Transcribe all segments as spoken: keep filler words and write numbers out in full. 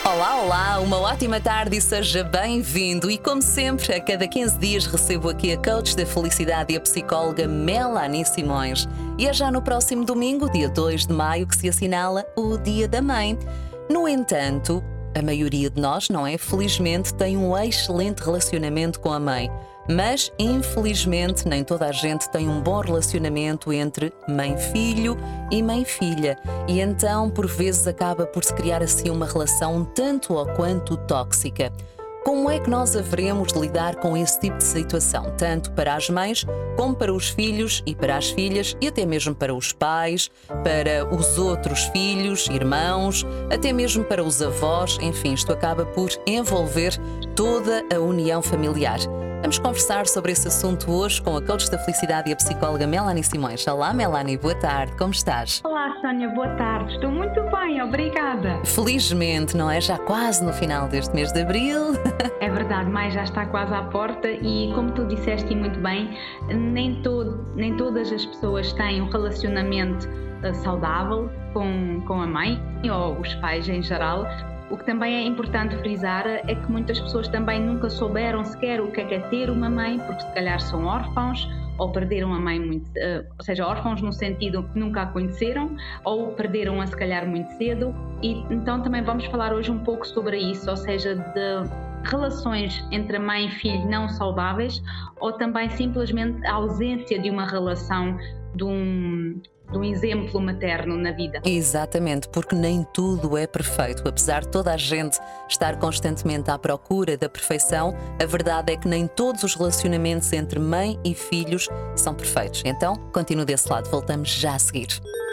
Olá, olá, uma ótima tarde e seja bem-vindo. E como sempre, a cada quinze dias recebo aqui a coach da felicidade e a psicóloga Melanie Simões. E é já no próximo domingo, dia dois de maio, que se assinala o Dia da Mãe. No entanto, a maioria de nós, não é? Felizmente tem um excelente relacionamento com a mãe. Mas, infelizmente, nem toda a gente tem um bom relacionamento entre mãe-filho e mãe-filha. E então, por vezes, acaba por se criar assim uma relação um tanto ou quanto tóxica. Como é que nós haveremos de lidar com esse tipo de situação, tanto para as mães, como para os filhos e para as filhas, e até mesmo para os pais, para os outros filhos, irmãos, até mesmo para os avós, enfim, isto acaba por envolver toda a união familiar. Vamos conversar sobre esse assunto hoje com a coach da felicidade e a psicóloga Melanie Simões. Olá, Melanie, boa tarde, como estás? Olá, Sónia, boa tarde. Estou muito bem, obrigada. Felizmente, não é? Já quase no final deste mês de abril. É verdade, maio já está quase à porta e, como tu disseste muito bem, nem, todo, nem todas as pessoas têm um relacionamento uh, saudável com, com a mãe ou os pais em geral. O que também é importante frisar é que muitas pessoas também nunca souberam sequer o que é, que é ter uma mãe, porque se calhar são órfãos ou perderam a mãe muito, ou seja, órfãos no sentido que nunca a conheceram ou perderam-a se calhar muito cedo. E então também vamos falar hoje um pouco sobre isso, ou seja, de relações entre mãe e filho não saudáveis ou também simplesmente a ausência de uma relação de um... de um exemplo materno na vida. Exatamente, porque nem tudo é perfeito. Apesar de toda a gente estar constantemente à procura da perfeição, a verdade é que nem todos os relacionamentos entre mãe e filhos são perfeitos. Então, continue desse lado. Voltamos já a seguir.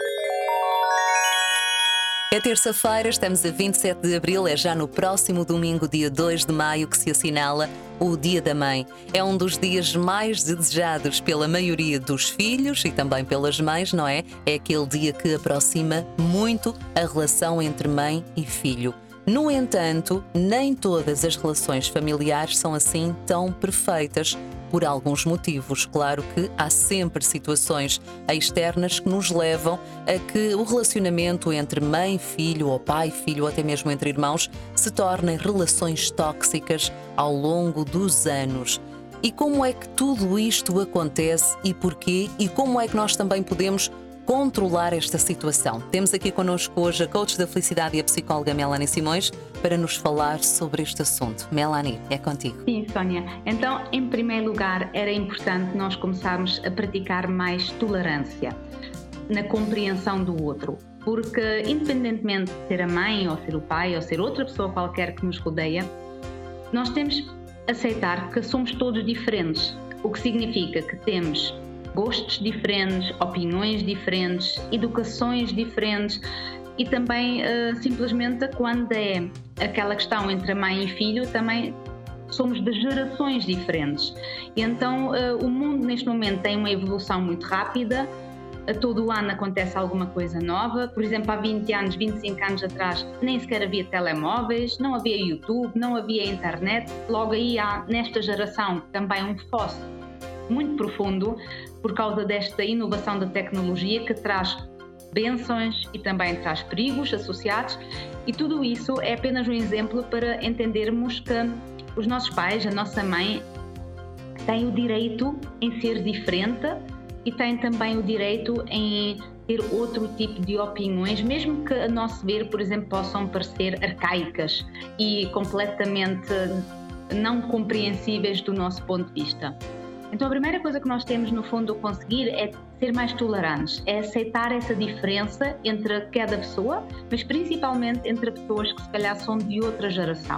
É terça-feira, estamos a vinte e sete de abril, é já no próximo domingo, dia dois de maio, que se assinala o Dia da Mãe. É um dos dias mais desejados pela maioria dos filhos e também pelas mães, não é? É aquele dia que aproxima muito a relação entre mãe e filho. No entanto, nem todas as relações familiares são assim tão perfeitas. Por alguns motivos. Claro que há sempre situações externas que nos levam a que o relacionamento entre mãe, filho, ou pai, filho, ou até mesmo entre irmãos, se tornem relações tóxicas ao longo dos anos. E como é que tudo isto acontece e porquê? E como é que nós também podemos controlar esta situação? Temos aqui connosco hoje a coach da felicidade e a psicóloga Melanie Simões para nos falar sobre este assunto. Melanie, é contigo. Sim, Sónia. Então, em primeiro lugar, era importante nós começarmos a praticar mais tolerância na compreensão do outro. Porque, independentemente de ser a mãe, ou ser o pai, ou ser outra pessoa qualquer que nos rodeia, nós temos que aceitar que somos todos diferentes. O que significa que temos gostos diferentes, opiniões diferentes, educações diferentes e também uh, simplesmente quando é aquela questão entre a mãe e filho, também somos de gerações diferentes. E então uh, o mundo neste momento tem uma evolução muito rápida, a todo o ano acontece alguma coisa nova. Por exemplo, há vinte anos, vinte e cinco anos atrás nem sequer havia telemóveis, não havia YouTube, não havia internet. Logo aí há nesta geração também um fosso muito profundo por causa desta inovação da tecnologia que traz bênçãos e também traz perigos associados, e tudo isso é apenas um exemplo para entendermos que os nossos pais, a nossa mãe, têm o direito em ser diferente e têm também o direito em ter outro tipo de opiniões, mesmo que a nosso ver, por exemplo, possam parecer arcaicas e completamente não compreensíveis do nosso ponto de vista. Então a primeira coisa que nós temos no fundo a conseguir é ser mais tolerantes, é aceitar essa diferença entre cada pessoa, mas principalmente entre pessoas que se calhar são de outra geração.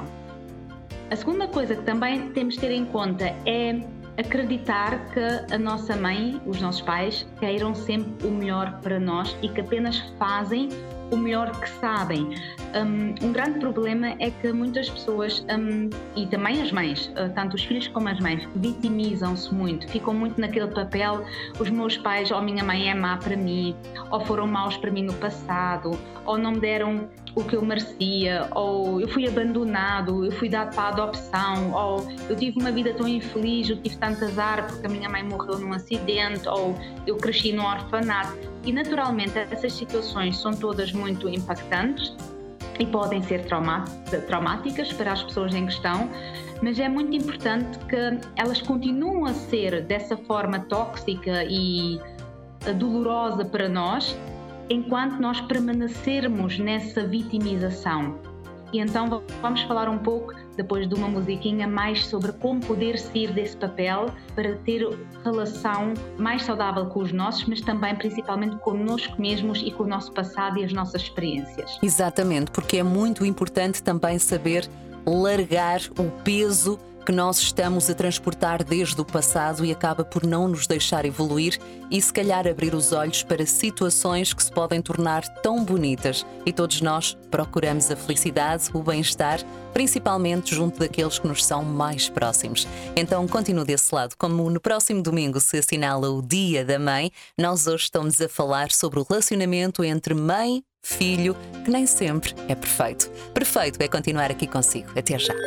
A segunda coisa que também temos de ter em conta é acreditar que a nossa mãe, os nossos pais, queiram sempre o melhor para nós e que apenas fazem o melhor que sabem. Um, um grande problema é que muitas pessoas, um, e também as mães, uh, tanto os filhos como as mães, vitimizam-se muito, ficam muito naquele papel: os meus pais ou a minha mãe é má para mim, ou foram maus para mim no passado, ou não me deram o que eu merecia, ou eu fui abandonado, eu fui dado para a adopção, ou eu tive uma vida tão infeliz, eu tive tanto azar porque a minha mãe morreu num acidente, ou eu cresci num orfanato. E naturalmente essas situações são todas muito impactantes, e podem ser traumáticas para as pessoas em questão, mas é muito importante que elas continuem a ser dessa forma tóxica e dolorosa para nós, enquanto nós permanecermos nessa vitimização. E então vamos falar um pouco, depois de uma musiquinha, mais sobre como poder sair desse papel para ter relação mais saudável com os nossos, mas também principalmente connosco mesmos e com o nosso passado e as nossas experiências. Exatamente, porque é muito importante também saber largar o peso que nós estamos a transportar desde o passado e acaba por não nos deixar evoluir e se calhar abrir os olhos para situações que se podem tornar tão bonitas. E todos nós procuramos a felicidade, o bem-estar, principalmente junto daqueles que nos são mais próximos. Então continue desse lado. Como no próximo domingo se assinala o Dia da Mãe, nós hoje estamos a falar sobre o relacionamento entre mãe e filho, que nem sempre é perfeito. Perfeito é continuar aqui consigo. Até já.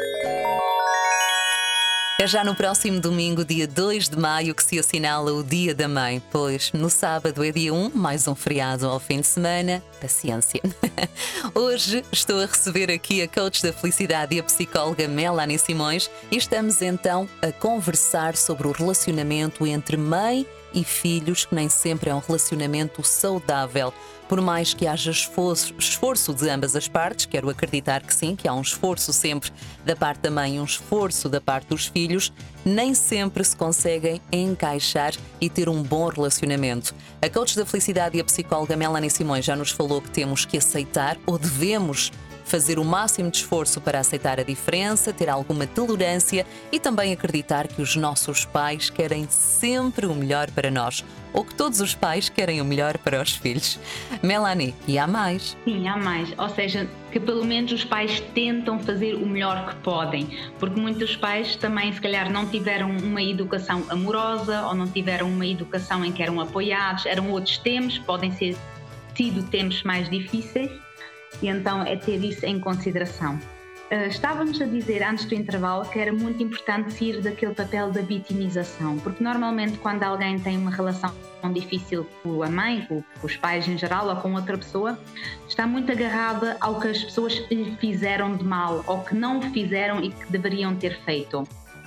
É já no próximo domingo, dia dois de maio, que se assinala o Dia da Mãe, pois no sábado é dia um, mais um feriado ao fim de semana. Paciência. Hoje estou a receber aqui a coach da felicidade e a psicóloga Melanie Simões e estamos então a conversar sobre o relacionamento entre mãe e filhos, que nem sempre é um relacionamento saudável. Por mais que haja esforço, esforço de ambas as partes, quero acreditar que sim, que há um esforço sempre da parte da mãe e um esforço da parte dos filhos, nem sempre se conseguem encaixar e ter um bom relacionamento. A coach da felicidade e a psicóloga Melanie Simões já nos falou que temos que aceitar ou devemos fazer o máximo de esforço para aceitar a diferença, ter alguma tolerância e também acreditar que os nossos pais querem sempre o melhor para nós, ou que todos os pais querem o melhor para os filhos. Melanie, e há mais? Sim, há mais. Ou seja, que pelo menos os pais tentam fazer o melhor que podem, porque muitos pais também se calhar não tiveram uma educação amorosa ou não tiveram uma educação em que eram apoiados, eram outros tempos, podem ser sido tempos mais difíceis. E então é ter isso em consideração. Uh, estávamos a dizer antes do intervalo que era muito importante sair daquele papel da vitimização, porque normalmente quando alguém tem uma relação difícil com a mãe, com, com os pais em geral ou com outra pessoa, está muito agarrada ao que as pessoas lhe fizeram de mal ou que não fizeram e que deveriam ter feito.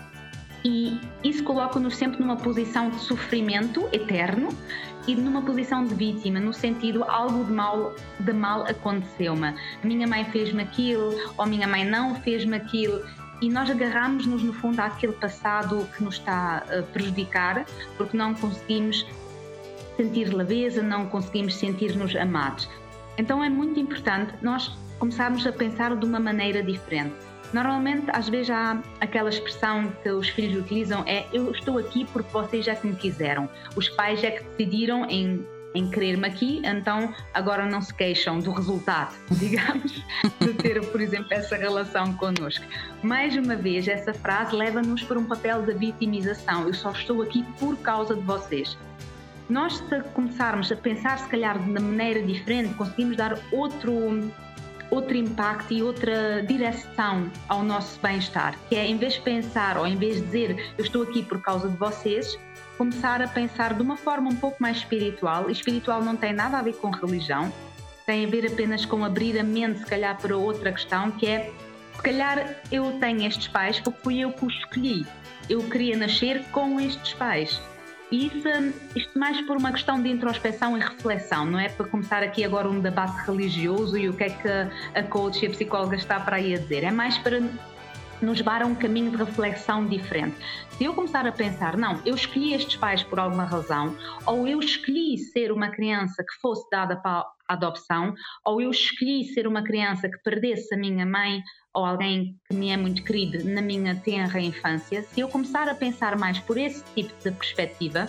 E isso coloca-nos sempre numa posição de sofrimento eterno e numa posição de vítima, no sentido algo de mal, de mal aconteceu-me. A minha mãe fez-me aquilo, ou a minha mãe não fez-me aquilo, e nós agarramos-nos no fundo àquele passado que nos está a prejudicar, porque não conseguimos sentir leveza, não conseguimos sentir-nos amados. Então é muito importante nós começarmos a pensar de uma maneira diferente. Normalmente, às vezes, há aquela expressão que os filhos utilizam, é eu estou aqui porque vocês é que me quiseram. Os pais é que decidiram em, em querer-me aqui, então agora não se queixam do resultado, digamos, de ter, por exemplo, essa relação connosco. Mais uma vez, essa frase leva-nos para um papel de vitimização. Eu só estou aqui por causa de vocês. Nós, se começarmos a pensar, se calhar, de maneira diferente, conseguimos dar outro... outro impacto e outra direção ao nosso bem-estar, que é, em vez de pensar ou em vez de dizer eu estou aqui por causa de vocês, começar a pensar de uma forma um pouco mais espiritual. E espiritual não tem nada a ver com religião, tem a ver apenas com abrir a mente, se calhar, para outra questão, que é, se calhar eu tenho estes pais porque fui eu que os escolhi, eu queria nascer com estes pais. E isso, isto mais por uma questão de introspeção e reflexão, não é para começar aqui agora um debate religioso e o que é que a coach e a psicóloga está para aí a dizer. É mais para nos levar a um caminho de reflexão diferente. Se eu começar a pensar, não, eu escolhi estes pais por alguma razão, ou eu escolhi ser uma criança que fosse dada para a adoção, ou eu escolhi ser uma criança que perdesse a minha mãe ou alguém que me é muito querido na minha tenra infância, se eu começar a pensar mais por esse tipo de perspectiva,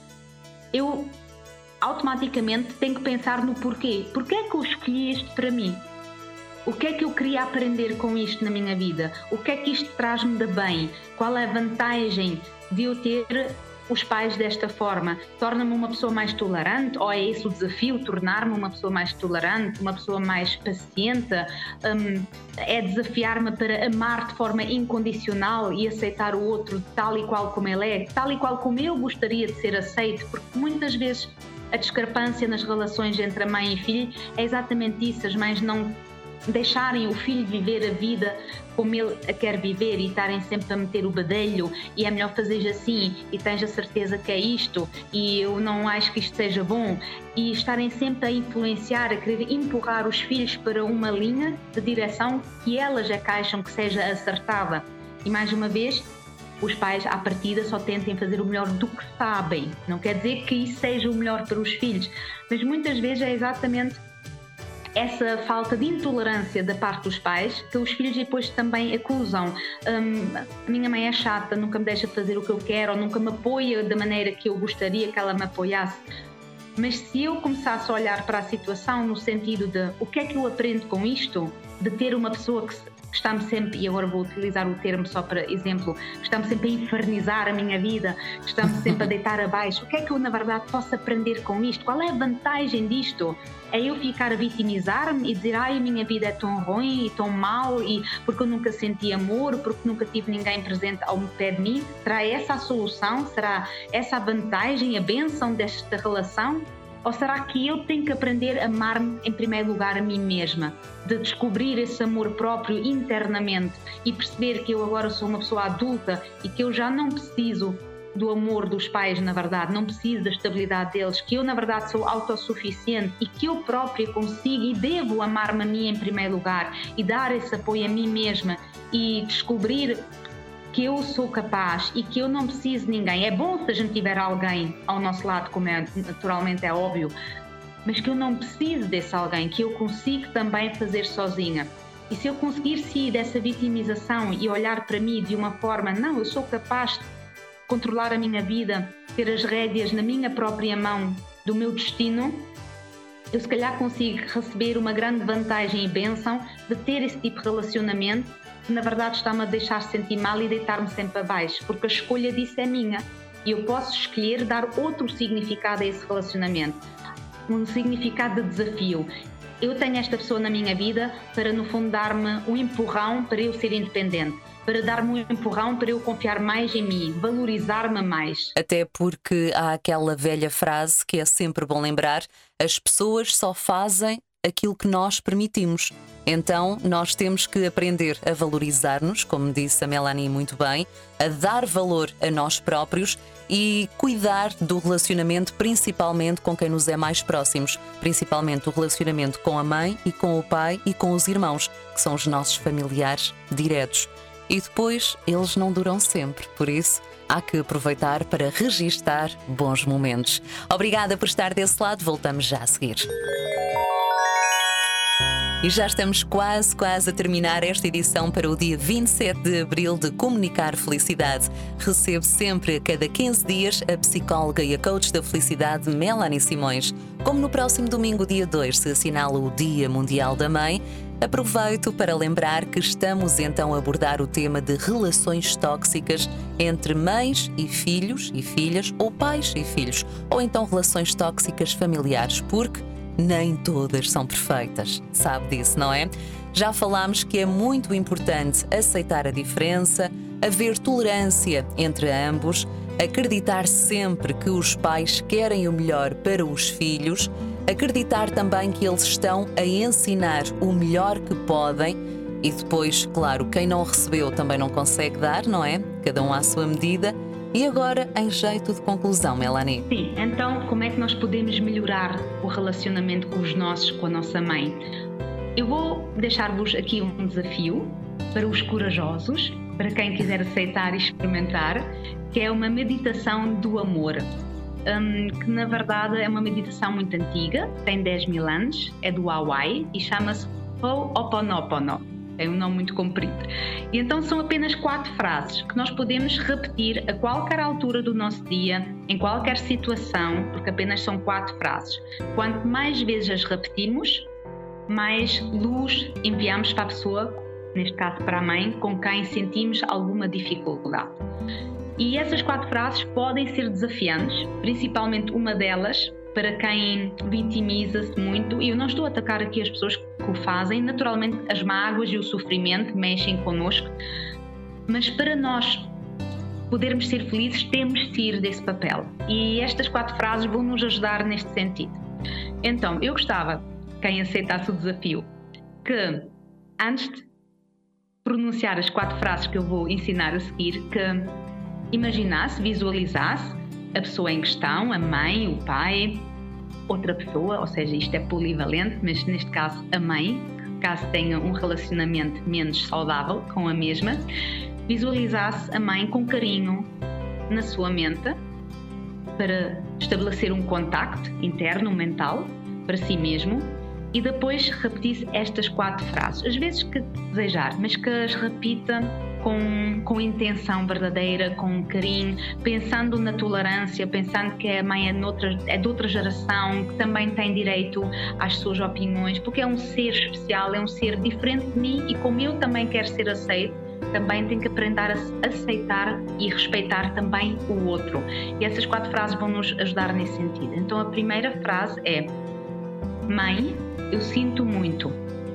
eu automaticamente tenho que pensar no porquê. Porquê é que eu escolhi isto para mim? O que é que eu queria aprender com isto na minha vida? O que é que isto traz-me de bem? Qual é a vantagem de eu ter os pais desta forma? Torna-me uma pessoa mais tolerante? Ou é esse o desafio, tornar-me uma pessoa mais tolerante, uma pessoa mais paciente? Um, é desafiar-me para amar de forma incondicional e aceitar o outro tal e qual como ele é, tal e qual como eu gostaria de ser aceito? Porque muitas vezes a discrepância nas relações entre a mãe e filho é exatamente isso. As mães não deixarem o filho viver a vida como ele a quer viver e estarem sempre a meter o bedelho e é melhor fazer assim e tens a certeza que é isto e eu não acho que isto seja bom, e estarem sempre a influenciar, a querer empurrar os filhos para uma linha de direção que elas é que acham que seja acertada. E mais uma vez, os pais à partida só tentem fazer o melhor do que sabem. Não quer dizer que isso seja o melhor para os filhos, mas muitas vezes é exatamente essa falta de intolerância da parte dos pais que os filhos depois também acusam. Um, a minha mãe é chata, nunca me deixa fazer o que eu quero, ou nunca me apoia da maneira que eu gostaria que ela me apoiasse. Mas se eu começasse a olhar para a situação no sentido de o que é que eu aprendo com isto, de ter uma pessoa que está-me sempre, e agora vou utilizar o termo só para exemplo, está-me sempre a infernizar a minha vida, está-me sempre a deitar abaixo, o que é que eu na verdade posso aprender com isto? Qual é a vantagem disto? É eu ficar a vitimizar-me e dizer ai, a minha vida é tão ruim e tão mal e porque eu nunca senti amor, porque nunca tive ninguém presente ao pé de mim? Será essa a solução? Será essa a vantagem, a bênção desta relação? Ou será que eu tenho que aprender a amar-me em primeiro lugar a mim mesma? De descobrir esse amor próprio internamente e perceber que eu agora sou uma pessoa adulta e que eu já não preciso do amor dos pais, na verdade, não preciso da estabilidade deles, que eu na verdade sou autossuficiente e que eu própria consigo e devo amar-me a mim em primeiro lugar e dar esse apoio a mim mesma e descobrir que eu sou capaz e que eu não preciso de ninguém. É bom se a gente tiver alguém ao nosso lado, como é, naturalmente é óbvio, mas que eu não preciso desse alguém, que eu consigo também fazer sozinha. E se eu conseguir sair dessa vitimização e olhar para mim de uma forma, não, eu sou capaz de controlar a minha vida, ter as rédeas na minha própria mão do meu destino, eu se calhar consigo receber uma grande vantagem e bênção de ter esse tipo de relacionamento que na verdade está-me a deixar sentir mal e deitar-me sempre abaixo, porque a escolha disso é minha e eu posso escolher dar outro significado a esse relacionamento, um significado de desafio. Eu tenho esta pessoa na minha vida para no fundo dar-me um empurrão para eu ser independente, para dar-me um empurrão para eu confiar mais em mim, valorizar-me mais. Até porque há aquela velha frase que é sempre bom lembrar: as pessoas só fazem aquilo que nós permitimos. Então nós temos que aprender a valorizar-nos, como disse a Melanie muito bem, a dar valor a nós próprios e cuidar do relacionamento, principalmente com quem nos é mais próximos, principalmente o relacionamento com a mãe e com o pai e com os irmãos, que são os nossos familiares diretos. E depois eles não duram sempre, por isso há que aproveitar para registar bons momentos. Obrigada por estar desse lado, voltamos já a seguir. E já estamos quase, quase a terminar esta edição para o dia vinte e sete de abril de Comunicar Felicidade. Recebo sempre a cada quinze dias a psicóloga e a coach da felicidade Melanie Simões. Como no próximo domingo, dia dois, se assinala o Dia Mundial da Mãe, aproveito para lembrar que estamos então a abordar o tema de relações tóxicas entre mães e filhos e filhas, ou pais e filhos, ou então relações tóxicas familiares, porque nem todas são perfeitas, sabe disso, não é? Já falámos que é muito importante aceitar a diferença, haver tolerância entre ambos, acreditar sempre que os pais querem o melhor para os filhos, acreditar também que eles estão a ensinar o melhor que podem e depois, claro, quem não recebeu também não consegue dar, não é? Cada um à sua medida. E agora, em jeito de conclusão, Melanie? Sim, então como é que nós podemos melhorar o relacionamento com os nossos, com a nossa mãe? Eu vou deixar-vos aqui um desafio para os corajosos, para quem quiser aceitar e experimentar, que é uma meditação do amor, um, que na verdade é uma meditação muito antiga, tem dez mil anos, é do Hawaii e chama-se Ho'oponopono. Tem um nome muito comprido. E então são apenas quatro frases que nós podemos repetir a qualquer altura do nosso dia, em qualquer situação, porque apenas são quatro frases. Quanto mais vezes as repetimos, mais luz enviamos para a pessoa, neste caso para a mãe, com quem sentimos alguma dificuldade. E essas quatro frases podem ser desafiantes, principalmente uma delas, para quem vitimiza-se muito, e eu não estou a atacar aqui as pessoas que o fazem, naturalmente as mágoas e o sofrimento mexem connosco, mas para nós podermos ser felizes temos de sair desse papel. E estas quatro frases vão nos ajudar neste sentido. Então, eu gostava, quem aceitasse o desafio, que antes de pronunciar as quatro frases que eu vou ensinar a seguir, que imaginasse, visualizasse a pessoa em questão, a mãe, o pai, outra pessoa, ou seja, isto é polivalente, mas neste caso a mãe, caso tenha um relacionamento menos saudável com a mesma, visualizasse a mãe com carinho na sua mente para estabelecer um contacto interno, mental, para si mesmo, e depois repetisse estas quatro frases, às vezes que desejar, mas que as repita com, com intenção verdadeira, com carinho, pensando na tolerância, pensando que a mãe é, noutra, é de outra geração, que também tem direito às suas opiniões, porque é um ser especial, é um ser diferente de mim, e como eu também quero ser aceito, também tenho que aprender a aceitar e respeitar também o outro. E essas quatro frases vão nos ajudar nesse sentido. Então a primeira frase é: mãe, eu sinto muito.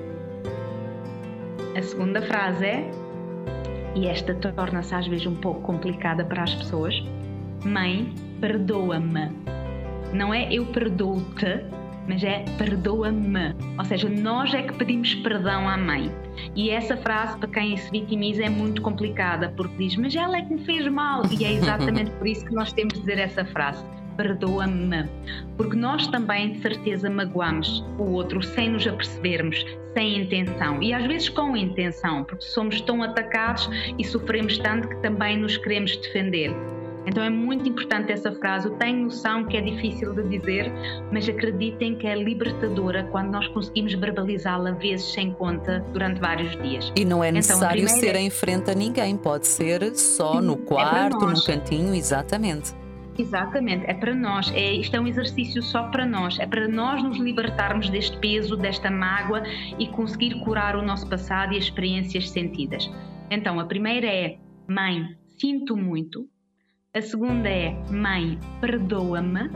A segunda frase é, e esta torna-se às vezes um pouco complicada para as pessoas: mãe, perdoa-me. Não é eu perdoo-te, mas é perdoa-me. Ou seja, nós é que pedimos perdão à mãe. E essa frase, para quem se vitimiza, é muito complicada, porque diz, mas ela é que me fez mal. E é exatamente por isso que nós temos de dizer essa frase: perdoa-me. Porque nós também, de certeza, magoamos o outro sem nos apercebermos, sem intenção. E às vezes com intenção, porque somos tão atacados e sofremos tanto que também nos queremos defender. Então é muito importante essa frase. Eu tenho noção que é difícil de dizer, mas acreditem que é libertadora quando nós conseguimos verbalizá-la vezes sem conta durante vários dias. E não é necessário então, ser é... em frente a ninguém, pode ser só no quarto, é num cantinho, exatamente. Exatamente, é para nós, é, isto é um exercício só para nós, é para nós nos libertarmos deste peso, desta mágoa e conseguir curar o nosso passado e as experiências sentidas. Então, a primeira é: mãe, sinto muito. A segunda é: mãe, perdoa-me.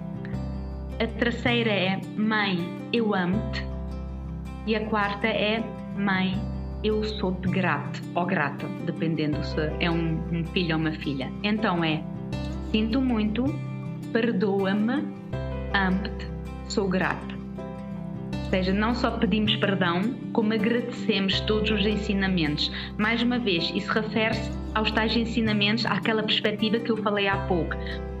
A terceira é: mãe, eu amo-te. E a quarta é: mãe, eu sou-te grato ou grata, dependendo se é um, um filho ou uma filha. Então é: sinto muito, perdoa-me, amo-te, sou grata. Ou seja, não só pedimos perdão, como agradecemos todos os ensinamentos. Mais uma vez, isso refere-se aos tais ensinamentos, àquela perspectiva que eu falei há pouco.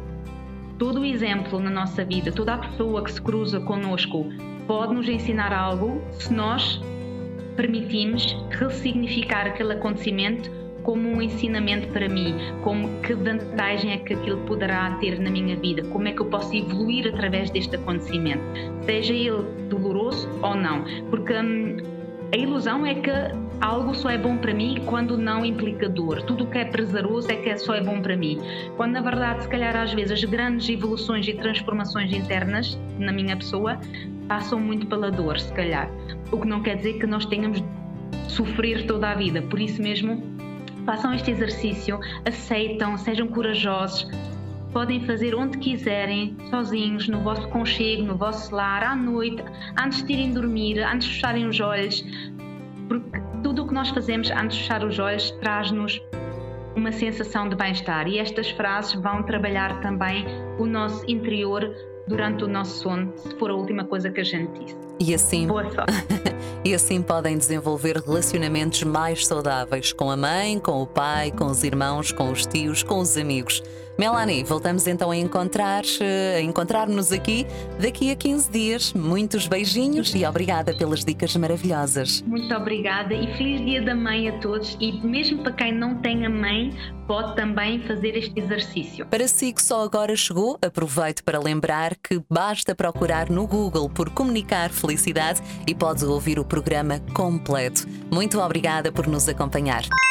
Todo o exemplo na nossa vida, toda a pessoa que se cruza connosco pode nos ensinar algo se nós permitimos ressignificar aquele acontecimento como um ensinamento para mim, como que vantagem é que aquilo poderá ter na minha vida, como é que eu posso evoluir através deste acontecimento, seja ele doloroso ou não, porque hum, a ilusão é que algo só é bom para mim quando não implica dor. Tudo o que é prazeroso é que só é bom para mim, quando na verdade, se calhar às vezes as grandes evoluções e transformações internas na minha pessoa passam muito pela dor, se calhar, o que não quer dizer que nós tenhamos de sofrer toda a vida. Por isso mesmo, façam este exercício, aceitam, sejam corajosos, podem fazer onde quiserem, sozinhos, no vosso conchego, no vosso lar, à noite, antes de irem dormir, antes de fecharem os olhos, porque tudo o que nós fazemos antes de fechar os olhos traz-nos uma sensação de bem-estar, e estas frases vão trabalhar também o nosso interior durante o nosso sono, se for a última coisa que a gente disse. E assim, boa sorte. E assim podem desenvolver relacionamentos mais saudáveis com a mãe, com o pai, com os irmãos, com os tios, com os amigos. Melanie, voltamos então a encontrar, a encontrar-nos aqui daqui a quinze dias. Muitos beijinhos e obrigada pelas dicas maravilhosas. Muito obrigada e feliz Dia da Mãe a todos, e mesmo para quem não tem a mãe, pode também fazer este exercício. Para si que só agora chegou, aproveito para lembrar que basta procurar no Google por Comunicar Felicidade e pode ouvir o programa completo. Muito obrigada por nos acompanhar.